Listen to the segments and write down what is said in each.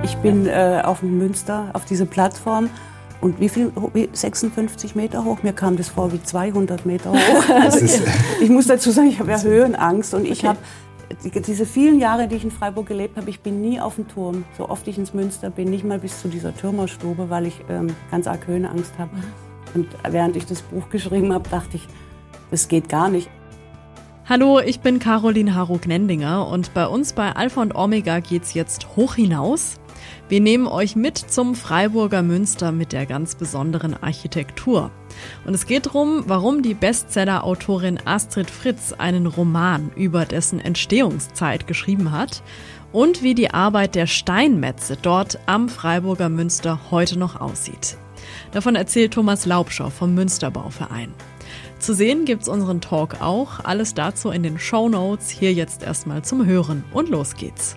Ich bin auf dem Münster, auf diese Plattform. Und wie 56 Meter hoch? Mir kam das vor wie 200 Meter hoch. Also ich muss dazu sagen, ich habe ja Höhenangst. Und ich habe diese vielen Jahre, die ich in Freiburg gelebt habe, ich bin nie auf dem Turm. So oft ich ins Münster bin, nicht mal bis zu dieser Türmerstube, weil ich ganz arg Höhenangst habe. Und während ich das Buch geschrieben habe, dachte ich, das geht gar nicht. Hallo, ich bin Caroline Harro-Gnendinger und bei uns bei Alpha und Omega geht's jetzt hoch hinaus. Wir nehmen euch mit zum Freiburger Münster mit der ganz besonderen Architektur. Und es geht darum, warum die Bestseller-Autorin Astrid Fritz einen Roman über dessen Entstehungszeit geschrieben hat und wie die Arbeit der Steinmetze dort am Freiburger Münster heute noch aussieht. Davon erzählt Thomas Laubscher vom Münsterbauverein. Zu sehen gibt's unseren Talk auch. Alles dazu in den Shownotes. Hier jetzt erstmal zum Hören. Und los geht's.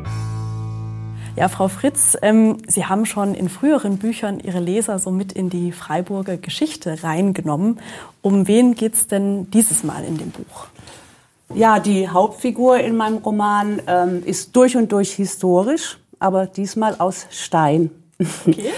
Ja, Frau Fritz, Sie haben schon in früheren Büchern Ihre Leser so mit in die Freiburger Geschichte reingenommen. Um wen geht's denn dieses Mal in dem Buch? Ja, die Hauptfigur in meinem Roman ist durch und durch historisch, aber diesmal aus Stein. Okay.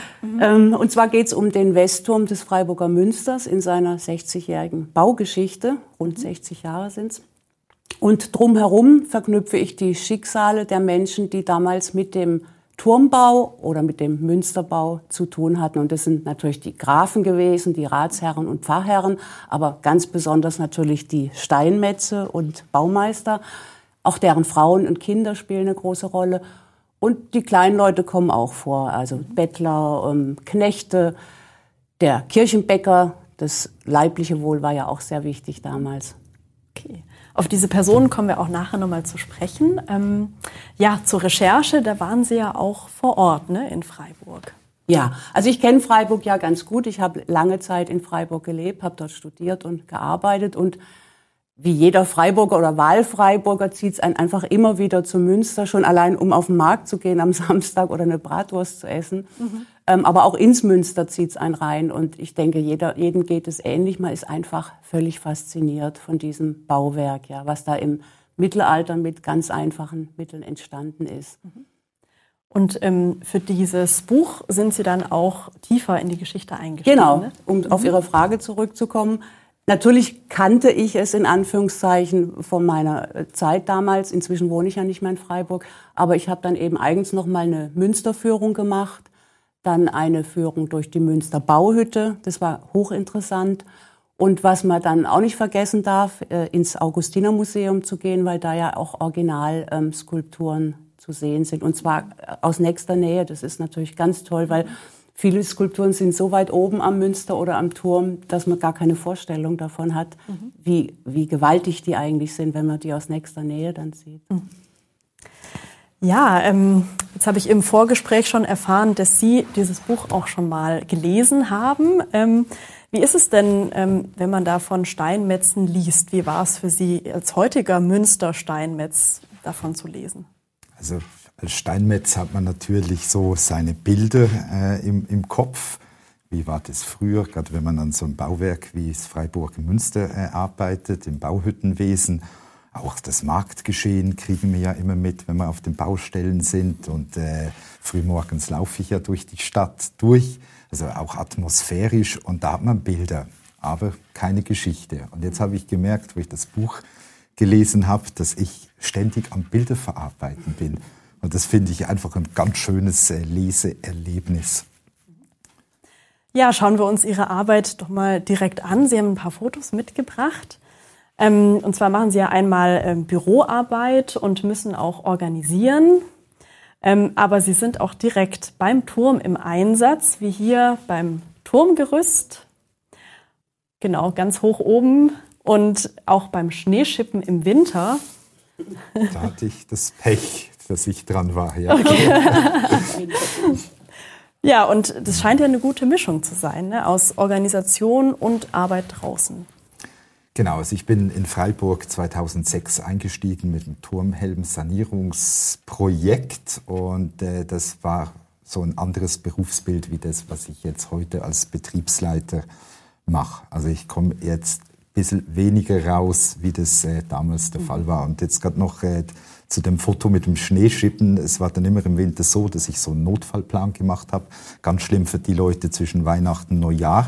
Und zwar geht es um den Westturm des Freiburger Münsters in seiner 60-jährigen Baugeschichte. Rund 60 Jahre sind's. Und drumherum verknüpfe ich die Schicksale der Menschen, die damals mit dem Turmbau oder mit dem Münsterbau zu tun hatten. Und das sind natürlich die Grafen gewesen, die Ratsherren und Pfarrherren, aber ganz besonders natürlich die Steinmetze und Baumeister. Auch deren Frauen und Kinder spielen eine große Rolle. Und die kleinen Leute kommen auch vor, also Bettler, Knechte, der Kirchenbäcker, das leibliche Wohl war ja auch sehr wichtig damals. Okay. Auf diese Personen kommen wir auch nachher nochmal zu sprechen. Ja, zur Recherche, da waren Sie ja auch vor Ort, ne, in Freiburg. Ja, also ich kenne Freiburg ja ganz gut. Ich habe lange Zeit in Freiburg gelebt, habe dort studiert und gearbeitet und wie jeder Freiburger oder Wahlfreiburger zieht es einen einfach immer wieder zu Münster, schon allein um auf den Markt zu gehen am Samstag oder eine Bratwurst zu essen. Aber auch ins Münster zieht es einen rein und ich denke, jedem geht es ähnlich. Man ist einfach völlig fasziniert von diesem Bauwerk, ja, was da im Mittelalter mit ganz einfachen Mitteln entstanden ist. Und für dieses Buch sind Sie dann auch tiefer in die Geschichte eingestiegen? Genau, ne? Um auf Ihre Frage zurückzukommen. Natürlich kannte ich es in Anführungszeichen von meiner Zeit damals. Inzwischen wohne ich ja nicht mehr in Freiburg. Aber ich habe dann eben eigens noch mal eine Münsterführung gemacht. Dann eine Führung durch die Münster Bauhütte. Das war hochinteressant. Und was man dann auch nicht vergessen darf, ins Augustinermuseum zu gehen, weil da ja auch Originalskulpturen zu sehen sind. Und zwar aus nächster Nähe. Das ist natürlich ganz toll, weil viele Skulpturen sind so weit oben am Münster oder am Turm, dass man gar keine Vorstellung davon hat, wie gewaltig die eigentlich sind, wenn man die aus nächster Nähe dann sieht. Ja, jetzt habe ich im Vorgespräch schon erfahren, dass Sie dieses Buch auch schon mal gelesen haben. Wie ist es denn, wenn man da von Steinmetzen liest? Wie war es für Sie als heutiger Münster-Steinmetz davon zu lesen? Also als Steinmetz hat man natürlich so seine Bilder im Kopf. Wie war das früher, gerade wenn man an so einem Bauwerk wie das Freiburger Münster arbeitet, im Bauhüttenwesen. Auch das Marktgeschehen kriegen wir ja immer mit, wenn wir auf den Baustellen sind. Und frühmorgens laufe ich ja durch die Stadt durch, also auch atmosphärisch. Und da hat man Bilder, aber keine Geschichte. Und jetzt habe ich gemerkt, wo ich das Buch gelesen habe, dass ich ständig am Bilder verarbeiten bin. Und das finde ich einfach ein ganz schönes Leseerlebnis. Ja, schauen wir uns Ihre Arbeit doch mal direkt an. Sie haben ein paar Fotos mitgebracht. Und zwar machen Sie ja einmal Büroarbeit und müssen auch organisieren. Aber Sie sind auch direkt beim Turm im Einsatz, wie hier beim Turmgerüst. Genau, ganz hoch oben. Und auch beim Schneeschippen im Winter. Da hatte ich das Pech, dass ich dran war. Ja, okay. Ja, und das scheint ja eine gute Mischung zu sein, ne? Aus Organisation und Arbeit draußen. Genau, also ich bin in Freiburg 2006 eingestiegen mit dem Turmhelm-Sanierungsprojekt und das war so ein anderes Berufsbild wie das, was ich jetzt heute als Betriebsleiter mache. Also ich komme jetzt ein bisschen weniger raus, wie das damals der Fall war. Und jetzt gerade noch zu dem Foto mit dem Schneeschippen. Es war dann immer im Winter so, dass ich so einen Notfallplan gemacht habe. Ganz schlimm für die Leute zwischen Weihnachten und Neujahr.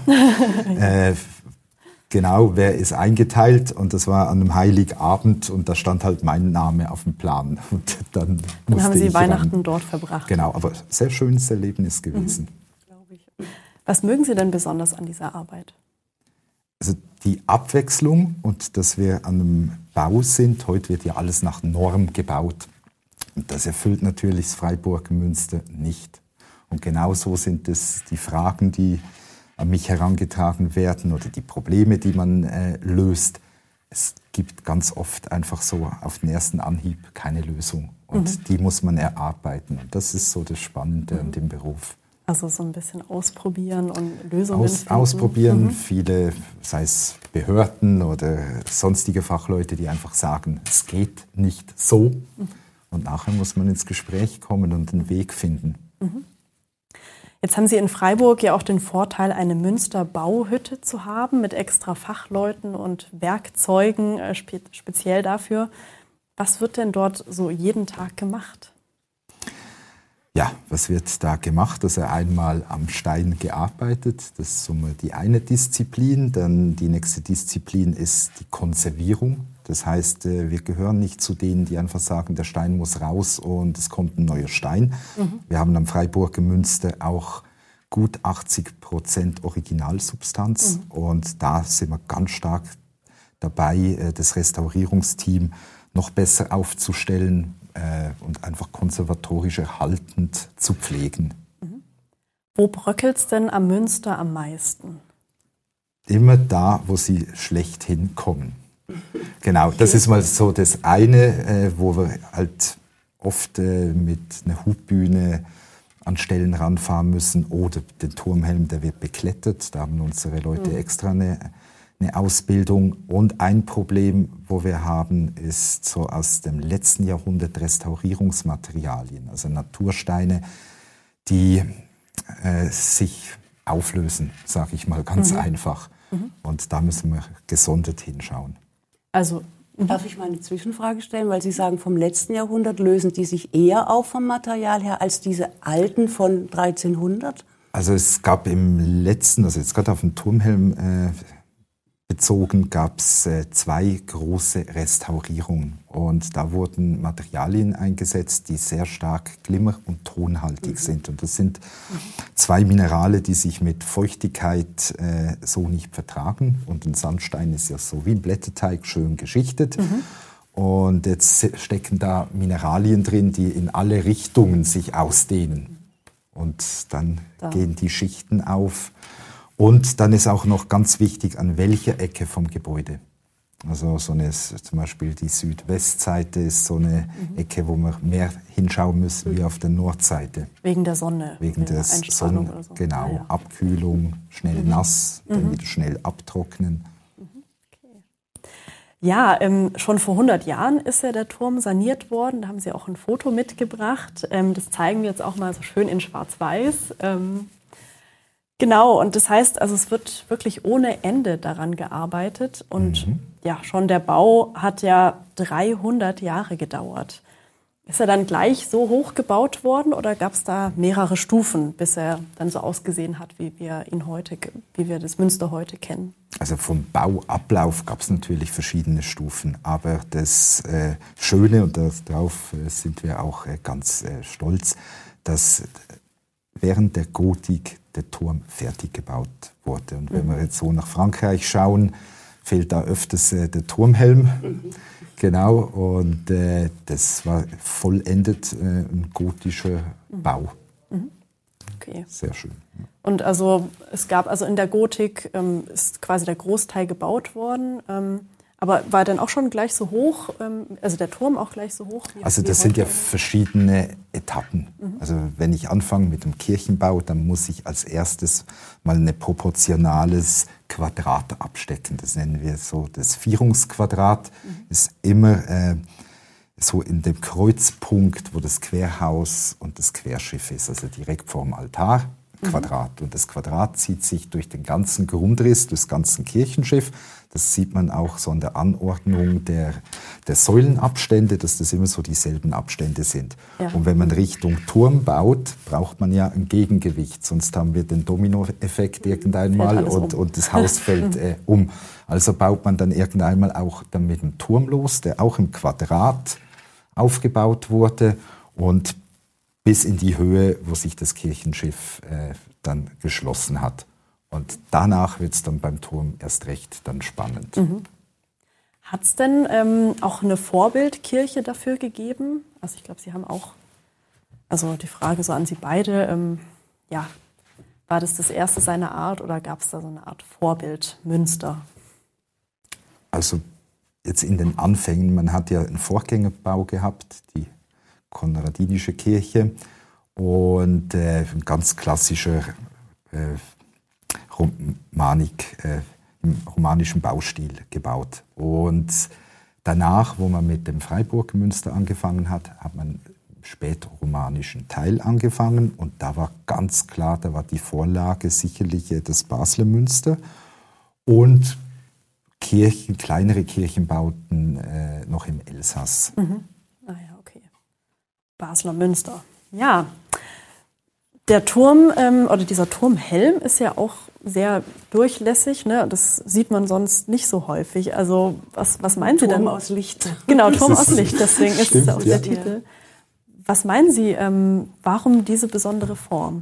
Genau, wer ist eingeteilt? Und das war an einem Heiligabend und da stand halt mein Name auf dem Plan. Und dann haben Sie Weihnachten dort verbracht. Genau, aber sehr schönes Erlebnis gewesen. Glaube ich. Was mögen Sie denn besonders an dieser Arbeit? Also die Abwechslung und dass wir an einem Bau sind. Heute wird ja alles nach Norm gebaut. Und das erfüllt natürlich das Freiburger Münster nicht. Und genauso sind es die Fragen, die an mich herangetragen werden oder die Probleme, die man löst. Es gibt ganz oft einfach so auf den ersten Anhieb keine Lösung. Und die muss man erarbeiten. Und das ist so das Spannende an dem Beruf. Also so ein bisschen ausprobieren und Lösungen finden. Ausprobieren, viele, sei es Behörden oder sonstige Fachleute, die einfach sagen, es geht nicht so. Und nachher muss man ins Gespräch kommen und einen Weg finden. Jetzt haben Sie in Freiburg ja auch den Vorteil, eine Münster-Bauhütte zu haben mit extra Fachleuten und Werkzeugen speziell dafür. Was wird denn dort so jeden Tag gemacht? Ja, was wird da gemacht? Also einmal am Stein gearbeitet, das ist so mal die eine Disziplin. Dann die nächste Disziplin ist die Konservierung. Das heißt, wir gehören nicht zu denen, die einfach sagen, der Stein muss raus und es kommt ein neuer Stein. Wir haben am Freiburger Münster auch gut 80% Originalsubstanz und da sind wir ganz stark dabei, das Restaurierungsteam noch besser aufzustellen und einfach konservatorisch erhaltend zu pflegen. Wo bröckelt es denn am Münster am meisten? Immer da, wo sie schlecht hinkommen. Genau, das ist mal so das eine, wo wir halt oft mit einer Hubbühne an Stellen ranfahren müssen oder den Turmhelm, der wird beklettert. Da haben unsere Leute extra eine Ausbildung. Und ein Problem, wo wir haben, ist so aus dem letzten Jahrhundert Restaurierungsmaterialien, also Natursteine, die sich auflösen, sage ich mal ganz einfach. Und da müssen wir gesondert hinschauen. Also darf ich mal eine Zwischenfrage stellen, weil Sie sagen, vom letzten Jahrhundert lösen die sich eher auf vom Material her als diese alten von 1300? Also es gab im letzten, also jetzt gerade auf den Turmhelm bezogen, gab es 2 große Restaurierungen. Und da wurden Materialien eingesetzt, die sehr stark glimmer- und tonhaltig sind. Und das sind 2 Minerale, die sich mit Feuchtigkeit so nicht vertragen. Und ein Sandstein ist ja so wie ein Blätterteig, schön geschichtet. Und jetzt stecken da Mineralien drin, die in alle Richtungen sich ausdehnen. Und dann gehen die Schichten auf. Und dann ist auch noch ganz wichtig, an welcher Ecke vom Gebäude. Also zum Beispiel die Südwestseite ist so eine Ecke, wo wir mehr hinschauen müssen wie auf der Nordseite. Wegen der Sonne. Wegen der Sonne, oder so. genau. Ja. Abkühlung, schnell nass, dann wieder schnell abtrocknen. Okay. Ja, schon vor 100 Jahren ist ja der Turm saniert worden. Da haben Sie auch ein Foto mitgebracht. Das zeigen wir jetzt auch mal so schön in Schwarz-Weiß. Genau, und das heißt, also es wird wirklich ohne Ende daran gearbeitet und ja, schon der Bau hat ja 300 Jahre gedauert. Ist er dann gleich so hoch gebaut worden oder gab es da mehrere Stufen, bis er dann so ausgesehen hat, wie wir das Münster heute kennen? Also vom Bauablauf gab es natürlich verschiedene Stufen, aber das Schöne, und darauf sind wir auch ganz stolz, dass während der Gotik der Turm fertig gebaut wurde. Und wenn wir jetzt so nach Frankreich schauen, fehlt da öfters der Turmhelm. Genau, und das war vollendet ein gotischer Bau. Okay. Sehr schön. Und also es gab also in der Gotik ist quasi der Großteil gebaut worden. Aber war dann auch schon gleich so hoch, also der Turm auch gleich so hoch? Also das sind ja verschiedene Etappen. Also wenn ich anfange mit dem Kirchenbau, dann muss ich als erstes mal ein proportionales Quadrat abstecken. Das nennen wir so das Vierungsquadrat. Ist immer so in dem Kreuzpunkt, wo das Querhaus und das Querschiff ist, also direkt vorm Altar. Quadrat. Und das Quadrat zieht sich durch den ganzen Grundriss des ganzen Kirchenschiff. Das sieht man auch so an der Anordnung der Säulenabstände, dass das immer so dieselben Abstände sind. Ja. Und wenn man Richtung Turm baut, braucht man ja ein Gegengewicht. Sonst haben wir den Dominoeffekt irgendwann mal und das Haus fällt um. Also baut man dann irgendwann auch dann mit dem Turm los, der auch im Quadrat aufgebaut wurde und bis in die Höhe, wo sich das Kirchenschiff dann geschlossen hat. Und danach wird es dann beim Turm erst recht dann spannend. Mhm. Hat es denn auch eine Vorbildkirche dafür gegeben? Also ich glaube, Sie haben auch, also die Frage so an Sie beide, war das erste seiner Art oder gab es da so eine Art Vorbildmünster? Also jetzt in den Anfängen, man hat ja einen Vorgängerbau gehabt, die konradinische Kirche und ein ganz klassischer Romanik, im romanischen Baustil gebaut. Und danach, wo man mit dem Freiburger Münster angefangen hat, hat man im spätromanischen Teil angefangen und da war ganz klar, da war die Vorlage sicherlich das Basler Münster und kleinere Kirchenbauten noch im Elsass. Mhm. Ah ja, okay. Basler Münster. Ja, der Turm oder dieser Turmhelm ist ja auch sehr durchlässig, ne? Das sieht man sonst nicht so häufig. Also was meinen Sie denn? Turm aus Licht. Genau, Turm aus Licht, deswegen ist es auch der ja. Titel. Was meinen Sie, warum diese besondere Form?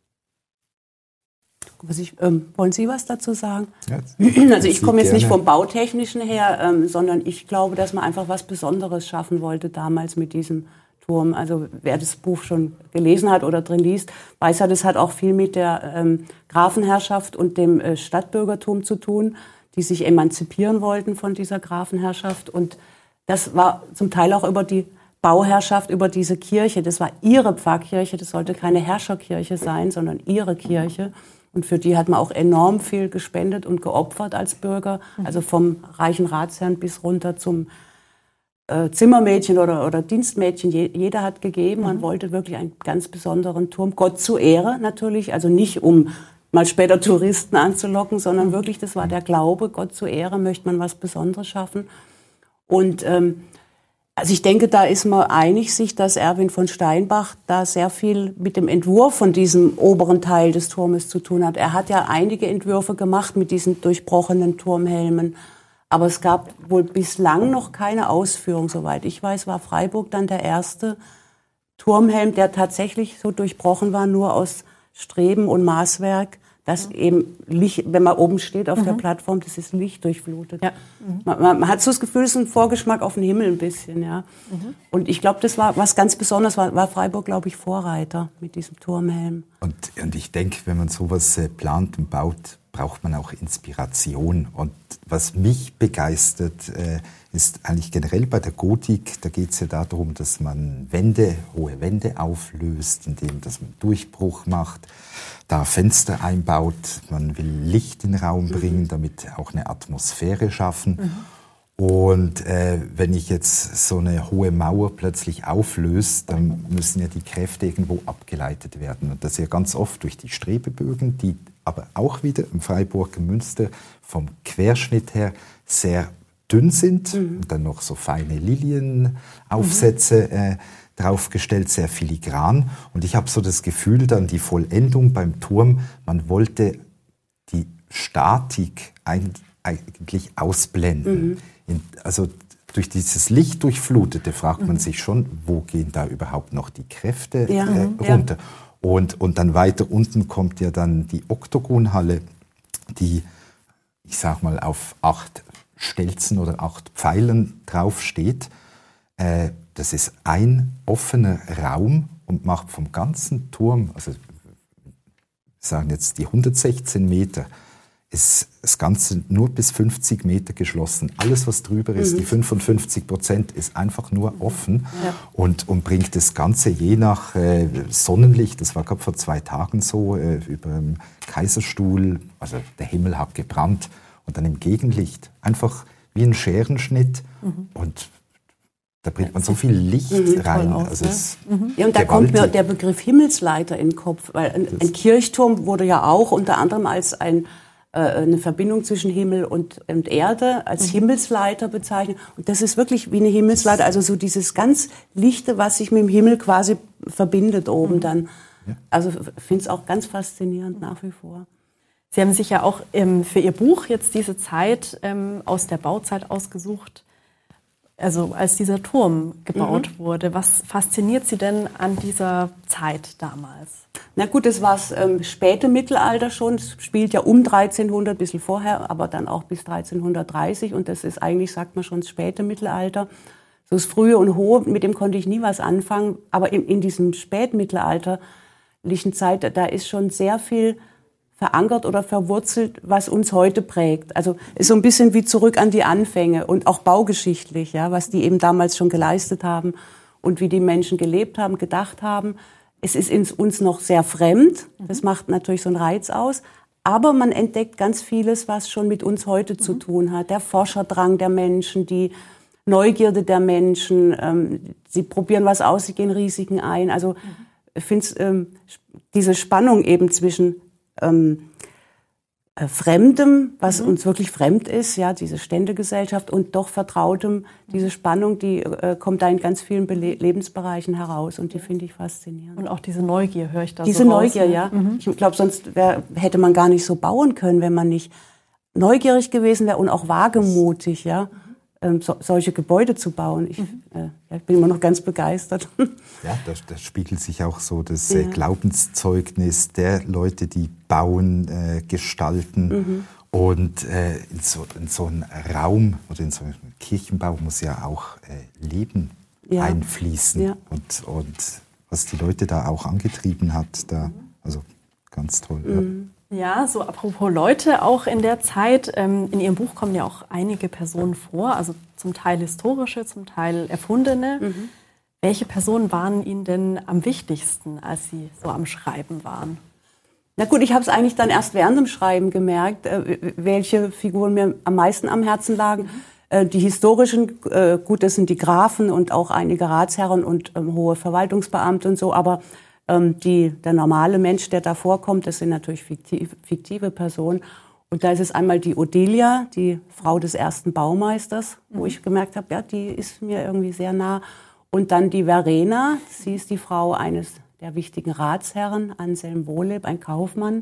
Wollen Sie was dazu sagen? Ja, also ich komme jetzt nicht vom Bautechnischen her, sondern ich glaube, dass man einfach was Besonderes schaffen wollte damals mit diesem Turm. Also wer das Buch schon gelesen hat oder drin liest, weiß ja, das hat auch viel mit der Grafenherrschaft und dem Stadtbürgertum zu tun, die sich emanzipieren wollten von dieser Grafenherrschaft. Und das war zum Teil auch über die Bauherrschaft, über diese Kirche. Das war ihre Pfarrkirche, das sollte keine Herrscherkirche sein, sondern ihre Kirche. Und für die hat man auch enorm viel gespendet und geopfert als Bürger. Also vom reichen Ratsherrn bis runter zum Zimmermädchen oder Dienstmädchen. Jeder hat gegeben. Man wollte wirklich einen ganz besonderen Turm. Gott zur Ehre natürlich. Also nicht, um mal später Touristen anzulocken, sondern wirklich, das war der Glaube. Gott zur Ehre möchte man was Besonderes schaffen. Und also ich denke, da ist man einig sich, dass Erwin von Steinbach da sehr viel mit dem Entwurf von diesem oberen Teil des Turmes zu tun hat. Er hat ja einige Entwürfe gemacht mit diesen durchbrochenen Turmhelmen. Aber es gab wohl bislang noch keine Ausführung. Soweit ich weiß, war Freiburg dann der erste Turmhelm, der tatsächlich so durchbrochen war, nur aus Streben und Maßwerk. Das eben Licht, wenn man oben steht auf der Plattform, das ist lichtdurchflutet. Ja. Man hat so das Gefühl, es ist ein Vorgeschmack auf den Himmel ein bisschen, ja. Und ich glaube, das war was ganz Besonderes, war Freiburg, glaube ich, Vorreiter mit diesem Turmhelm. Und ich denke, wenn man sowas plant und baut, braucht man auch Inspiration. Und was mich begeistert, ist eigentlich generell bei der Gotik, da geht es ja darum, dass man hohe Wände auflöst, indem dass man Durchbruch macht, da Fenster einbaut, man will Licht in den Raum bringen, damit auch eine Atmosphäre schaffen. Und wenn ich jetzt so eine hohe Mauer plötzlich auflöse, dann müssen ja die Kräfte irgendwo abgeleitet werden. Und das ist ja ganz oft durch die Strebebögen, die aber auch wieder im Freiburger Münster vom Querschnitt her sehr dünn sind. Und dann noch so feine Lilienaufsätze draufgestellt, sehr filigran. Und ich habe so das Gefühl, dann die Vollendung beim Turm, man wollte die Statik eigentlich ausblenden. Also durch dieses Licht durchflutete fragt man sich schon, wo gehen da überhaupt noch die Kräfte runter? Ja. Und dann weiter unten kommt ja dann die Oktogonhalle, die, ich sag mal, auf 8 Stelzen oder 8 Pfeilern draufsteht. Das ist ein offener Raum und macht vom ganzen Turm, also wir sagen jetzt die 116 Meter, ist das Ganze nur bis 50 Meter geschlossen. Alles, was drüber ist, die 55%, ist einfach nur offen und bringt das Ganze je nach Sonnenlicht, das war gerade vor 2 Tagen so, über dem Kaiserstuhl, also der Himmel hat gebrannt und dann im Gegenlicht, einfach wie ein Scherenschnitt und Da bringt man so viel Licht rein. Aus, also Ja, und da kommt mir der Begriff Himmelsleiter in den Kopf, weil ein Kirchturm wurde ja auch unter anderem als eine Verbindung zwischen Himmel und Erde als Himmelsleiter bezeichnet. Und das ist wirklich wie eine Himmelsleiter, also so dieses ganz Lichte, was sich mit dem Himmel quasi verbindet oben dann. Ja. Also finde es auch ganz faszinierend nach wie vor. Sie haben sich ja auch für Ihr Buch jetzt diese Zeit aus der Bauzeit ausgesucht, also als dieser Turm gebaut wurde. Was fasziniert Sie denn an dieser Zeit damals? Na gut, das war das späte Mittelalter schon. Es spielt ja um 1300, ein bisschen vorher, aber dann auch bis 1330. Und das ist eigentlich, sagt man schon, das späte Mittelalter. So das frühe und hohe, mit dem konnte ich nie was anfangen. Aber in diesem spätmittelalterlichen Zeit, da ist schon sehr viel verankert oder verwurzelt, was uns heute prägt. Also ist so ein bisschen wie zurück an die Anfänge und auch baugeschichtlich, ja, was die eben damals schon geleistet haben und wie die Menschen gelebt haben, gedacht haben. Es ist uns noch sehr fremd, das macht natürlich so einen Reiz aus, aber man entdeckt ganz vieles, was schon mit uns heute zu tun hat. Der Forscherdrang der Menschen, die Neugierde der Menschen, sie probieren was aus, sie gehen Risiken ein. Also ich finde diese Spannung eben zwischen Fremdem, was uns wirklich fremd ist, ja, diese Ständegesellschaft und doch Vertrautem, diese Spannung, die kommt da in ganz vielen Lebensbereichen heraus und die finde ich faszinierend. Und auch diese Neugier höre ich da diese so raus. Diese Neugier, ja. Ich glaube, sonst hätte man gar nicht so bauen können, wenn man nicht neugierig gewesen wäre und auch wagemutig, ja. Solche Gebäude zu bauen. Ich bin immer noch ganz begeistert. Ja, da spiegelt sich auch so das Glaubenszeugnis der Leute, die bauen, gestalten. Und in so einen Raum oder in so einen Kirchenbau muss ja auch Leben einfließen. Ja. Und was die Leute da auch angetrieben hat, also ganz toll. Ja. Ja, so apropos Leute, auch in der Zeit, in Ihrem Buch kommen ja auch einige Personen vor, also zum Teil historische, zum Teil erfundene. Welche Personen waren Ihnen denn am wichtigsten, als Sie so am Schreiben waren? Na gut, ich habe es eigentlich dann erst während dem Schreiben gemerkt, welche Figuren mir am meisten am Herzen lagen. Die historischen, gut, das sind die Grafen und auch einige Ratsherren und hohe Verwaltungsbeamte und so, aber der normale Mensch, der da vorkommt, das sind natürlich fiktive Personen. Und da ist es einmal die Odilia, die Frau des ersten Baumeisters, wo ich gemerkt habe, ja, die ist mir irgendwie sehr nah. Und dann die Verena, sie ist die Frau eines der wichtigen Ratsherren, Anselm Wohleb, ein Kaufmann.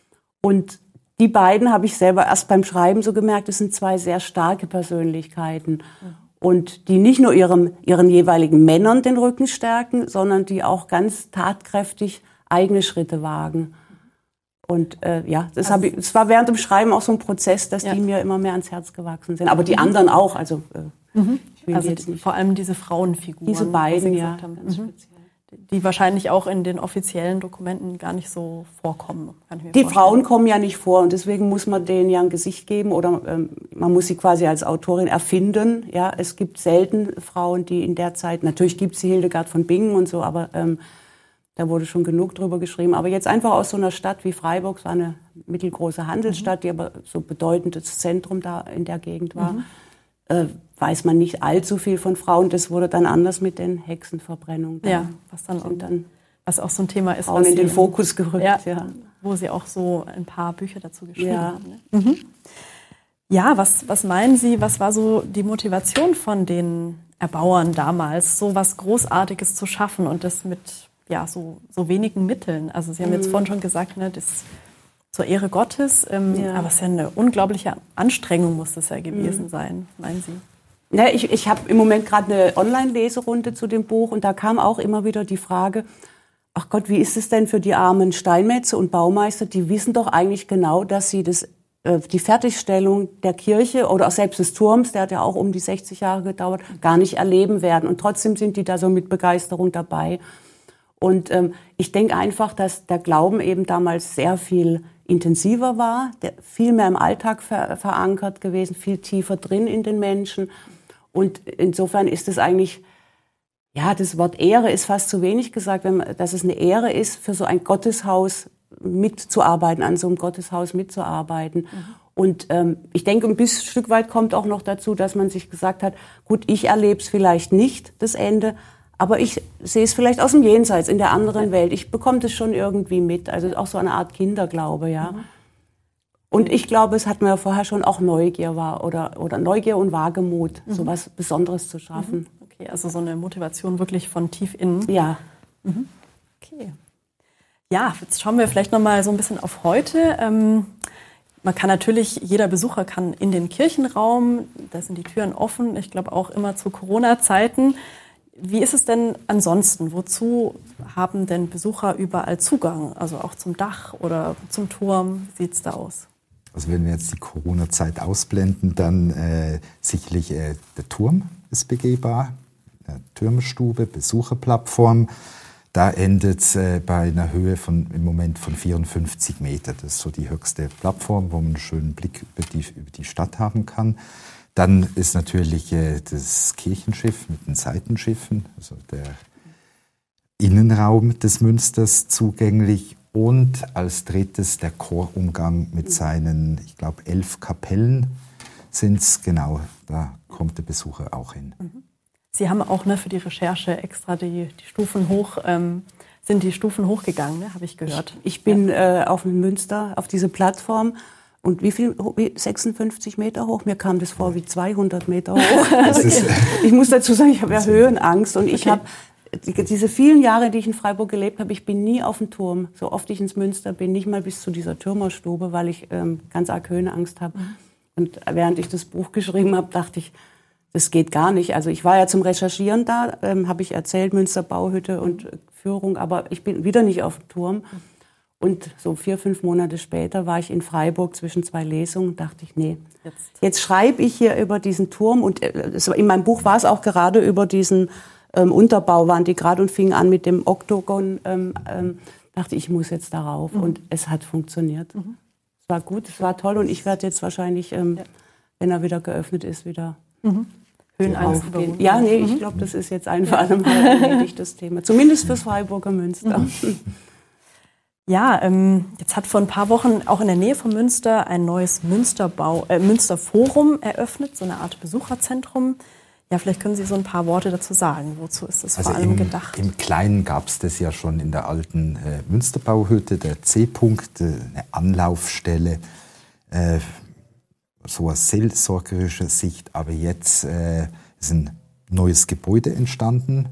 Und die beiden habe ich selber erst beim Schreiben so gemerkt, das sind zwei sehr starke Persönlichkeiten. Und die nicht nur ihren jeweiligen Männern den Rücken stärken, sondern die auch ganz tatkräftig eigene Schritte wagen. Und das war während dem Schreiben auch so ein Prozess, dass die mir immer mehr ans Herz gewachsen sind. Aber die anderen auch. Also, ich will jetzt nicht. Vor allem diese Frauenfiguren. Diese beiden, ja. Ganz speziell. Die wahrscheinlich auch in den offiziellen Dokumenten gar nicht so vorkommen. Die Frauen kommen ja nicht vor und deswegen muss man denen ja ein Gesicht geben oder man muss sie quasi als Autorin erfinden. Ja, es gibt selten Frauen, die in der Zeit, natürlich gibt es die Hildegard von Bingen und so, aber da wurde schon genug drüber geschrieben. Aber jetzt einfach aus so einer Stadt wie Freiburg, es war eine mittelgroße Handelsstadt, die aber so bedeutendes Zentrum da in der Gegend war, weiß man nicht allzu viel von Frauen. Das wurde dann anders mit den Hexenverbrennungen. Ja, was auch so ein Thema ist. Frauen in den Fokus gerückt, ja. Wo Sie auch so ein paar Bücher dazu geschrieben haben. Ne? Ja, was meinen Sie, was war so die Motivation von den Erbauern damals, so was Großartiges zu schaffen und das mit so wenigen Mitteln? Also Sie haben jetzt vorhin schon gesagt, ne, das zur Ehre Gottes, aber es ist ja eine unglaubliche Anstrengung, muss das ja gewesen sein, meinen Sie? Ja, ich habe im Moment gerade eine Online-Leserunde zu dem Buch und da kam auch immer wieder die Frage, ach Gott, wie ist es denn für die armen Steinmetze und Baumeister, die wissen doch eigentlich genau, dass sie die Fertigstellung der Kirche oder auch selbst des Turms, der hat ja auch um die 60 Jahre gedauert, gar nicht erleben werden. Und trotzdem sind die da so mit Begeisterung dabei. Und ich denke einfach, dass der Glauben eben damals sehr viel intensiver war, viel mehr im Alltag verankert gewesen, viel tiefer drin in den Menschen. Und insofern ist es eigentlich, das Wort Ehre ist fast zu wenig gesagt, dass es eine Ehre ist, für so ein Gotteshaus mitzuarbeiten, an so einem Gotteshaus mitzuarbeiten. Und ich denke, ein bisschen Stück weit kommt auch noch dazu, dass man sich gesagt hat, gut, ich erlebe es vielleicht nicht, das Ende, aber ich sehe es vielleicht aus dem Jenseits, in der anderen Welt. Ich bekomme das schon irgendwie mit, also auch so eine Art Kinderglaube, ja. Und ich glaube, es hat mir ja vorher schon auch Neugier war oder Neugier und Wagemut, so was Besonderes zu schaffen. Okay, also so eine Motivation wirklich von tief innen. Ja. Okay. Ja, jetzt schauen wir vielleicht noch mal so ein bisschen auf heute. Man kann natürlich, jeder Besucher kann in den Kirchenraum, da sind die Türen offen, ich glaube auch immer zu Corona-Zeiten. Wie ist es denn ansonsten? Wozu haben denn Besucher überall Zugang? Also auch zum Dach oder zum Turm? Wie sieht es da aus? Also wenn wir jetzt die Corona-Zeit ausblenden, dann sicherlich der Turm ist begehbar, eine Türmstube, Besucherplattform. Da endet es bei einer Höhe im Moment von 54 Meter. Das ist so die höchste Plattform, wo man einen schönen Blick über die Stadt haben kann. Dann ist natürlich das Kirchenschiff mit den Seitenschiffen, also der Innenraum des Münsters zugänglich. Und als drittes der Chorumgang mit seinen, ich glaube, 11 Kapellen sind es. Genau, da kommt der Besucher auch hin. Sie haben auch für die Recherche extra die Stufen sind die Stufen hochgegangen, ne? Habe ich gehört. Ich bin auf dem Münster, auf diese Plattform. Und wie 56 Meter hoch? Mir kam das vor wie 200 Meter hoch. Ich muss dazu sagen, ich habe ja Höhenangst. Und ich habe diese vielen Jahre, die ich in Freiburg gelebt habe, ich bin nie auf dem Turm. So oft ich ins Münster bin, nicht mal bis zu dieser Türmerstube, weil ich ganz arg Höhenangst habe. Und während ich das Buch geschrieben habe, dachte ich, das geht gar nicht. Also ich war ja zum Recherchieren da, habe ich erzählt, Münster Bauhütte und Führung, aber ich bin wieder nicht auf dem Turm. Und so 4-5 Monate später war ich in Freiburg zwischen 2 Lesungen, dachte ich, nee, jetzt schreibe ich hier über diesen Turm. Und in meinem Buch war es auch gerade über diesen Unterbau, waren die gerade und fingen an mit dem Oktogon. Dachte ich, muss jetzt darauf. Und es hat funktioniert. Es war gut, es war toll. Und ich werde jetzt wahrscheinlich, wenn er wieder geöffnet ist, wieder Höhenangst aufgehen. Ja, nee, ich glaube, das ist jetzt ein für alle Mal erledigt, das Thema. Zumindest fürs Freiburger Münster. Ja, jetzt hat vor ein paar Wochen auch in der Nähe von Münster ein neues Münsterforum eröffnet, so eine Art Besucherzentrum. Ja, vielleicht können Sie so ein paar Worte dazu sagen. Wozu ist das vor allem gedacht? Im Kleinen gab es das ja schon in der alten Münsterbauhütte, der C-Punkt, eine Anlaufstelle, so aus seelsorgerischer Sicht. Aber jetzt ist ein neues Gebäude entstanden,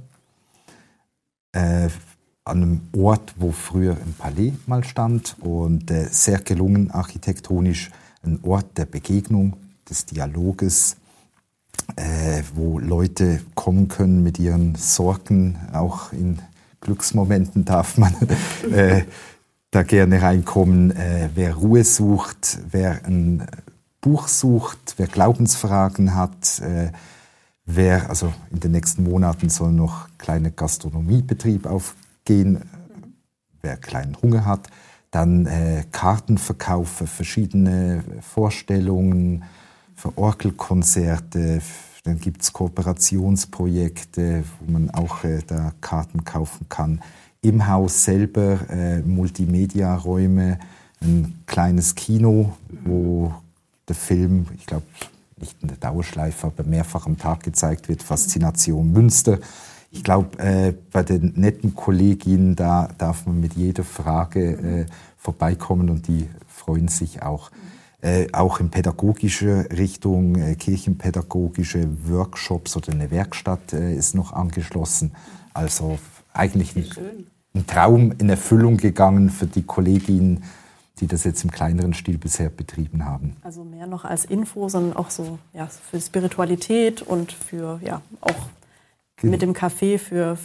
an einem Ort, wo früher ein Palais mal stand und sehr gelungen architektonisch, ein Ort der Begegnung, des Dialoges, wo Leute kommen können mit ihren Sorgen, auch in Glücksmomenten darf man da gerne reinkommen. Wer Ruhe sucht, wer ein Buch sucht, wer Glaubensfragen hat, also in den nächsten Monaten soll noch kleiner Gastronomiebetrieb aufgehen, wer kleinen Hunger hat, dann Kartenverkauf für verschiedene Vorstellungen, für Orgelkonzerte, dann gibt es Kooperationsprojekte, wo man auch da Karten kaufen kann. Im Haus selber Multimedia-Räume, ein kleines Kino, wo der Film, ich glaube nicht in der Dauerschleife, aber mehrfach am Tag gezeigt wird, Faszination Münster. Ich glaube, bei den netten Kolleginnen, da darf man mit jeder Frage vorbeikommen und die freuen sich auch. Auch in pädagogischer Richtung, kirchenpädagogische Workshops oder eine Werkstatt ist noch angeschlossen. Also eigentlich ein Traum in Erfüllung gegangen für die Kolleginnen, die das jetzt im kleineren Stil bisher betrieben haben. Also mehr noch als Info, sondern auch so für Spiritualität und für auch mit dem Café für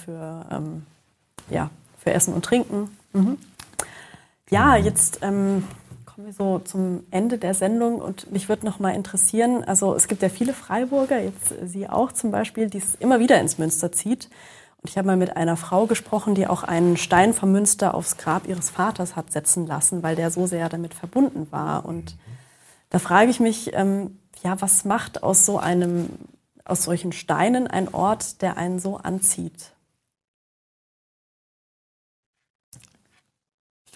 Essen und Trinken. Ja, jetzt kommen wir so zum Ende der Sendung und mich würde noch mal interessieren, also es gibt ja viele Freiburger, jetzt Sie auch zum Beispiel, die es immer wieder ins Münster zieht. Und ich habe mal mit einer Frau gesprochen, die auch einen Stein vom Münster aufs Grab ihres Vaters hat setzen lassen, weil der so sehr damit verbunden war. Und da frage ich mich, was macht aus solchen Steinen ein Ort, der einen so anzieht? Ich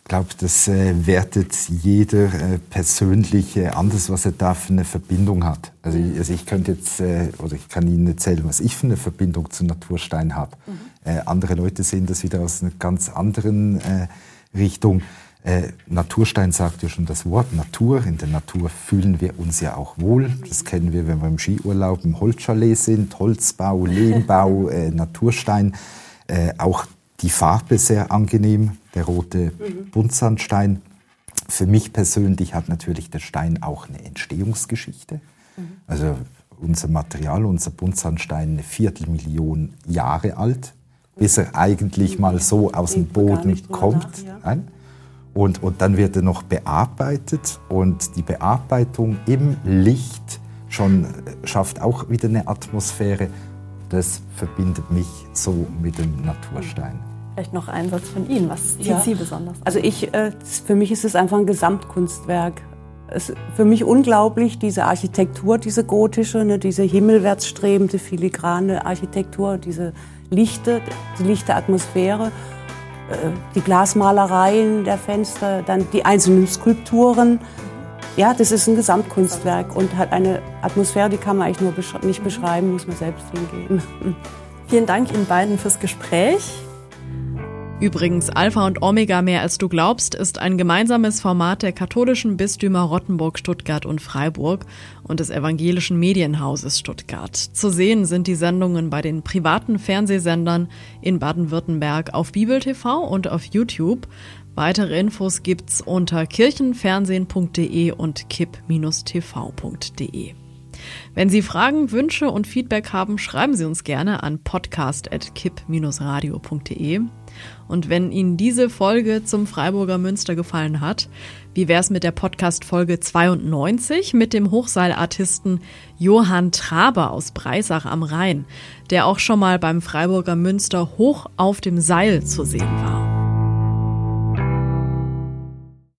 glaube, das wertet jeder persönlich anders, was er da für eine Verbindung hat. Also ich könnte jetzt, oder ich kann Ihnen erzählen, was ich für eine Verbindung zu Naturstein habe. Andere Leute sehen das wieder aus einer ganz anderen Richtung. Naturstein sagt ja schon das Wort Natur. In der Natur fühlen wir uns ja auch wohl. Das kennen wir, wenn wir im Skiurlaub im Holzchalet sind. Holzbau, Lehmbau, Naturstein. Auch die Farbe sehr angenehm, der rote Buntsandstein. Für mich persönlich hat natürlich der Stein auch eine Entstehungsgeschichte. Also unser Material, unser Buntsandstein, eine 250.000 Jahre alt, bis er eigentlich mal so aus dem Boden kommt. Und dann wird er noch bearbeitet und die Bearbeitung im Licht schafft auch wieder eine Atmosphäre. Das verbindet mich so mit dem Naturstein. Vielleicht noch ein Satz von Ihnen. Was zieht Sie besonders an? Also für mich ist es einfach ein Gesamtkunstwerk. Es ist für mich unglaublich, diese Architektur, diese gotische, diese himmelwärts strebende, filigrane Architektur, diese die lichte Atmosphäre, die Glasmalereien der Fenster, dann die einzelnen Skulpturen. Ja, das ist ein Gesamtkunstwerk und hat eine Atmosphäre, die kann man eigentlich nur nicht beschreiben, muss man selbst hingehen. Vielen Dank Ihnen beiden fürs Gespräch. Übrigens, Alpha und Omega mehr als du glaubst ist ein gemeinsames Format der katholischen Bistümer Rottenburg, Stuttgart und Freiburg und des evangelischen Medienhauses Stuttgart. Zu sehen sind die Sendungen bei den privaten Fernsehsendern in Baden-Württemberg auf Bibel TV und auf YouTube. Weitere Infos gibt's unter kirchenfernsehen.de und kipp-tv.de. Wenn Sie Fragen, Wünsche und Feedback haben, schreiben Sie uns gerne an podcast@kipp-radio.de. Und wenn Ihnen diese Folge zum Freiburger Münster gefallen hat, wie wär's mit der Podcast-Folge 92 mit dem Hochseilartisten Johann Traber aus Breisach am Rhein, der auch schon mal beim Freiburger Münster hoch auf dem Seil zu sehen war?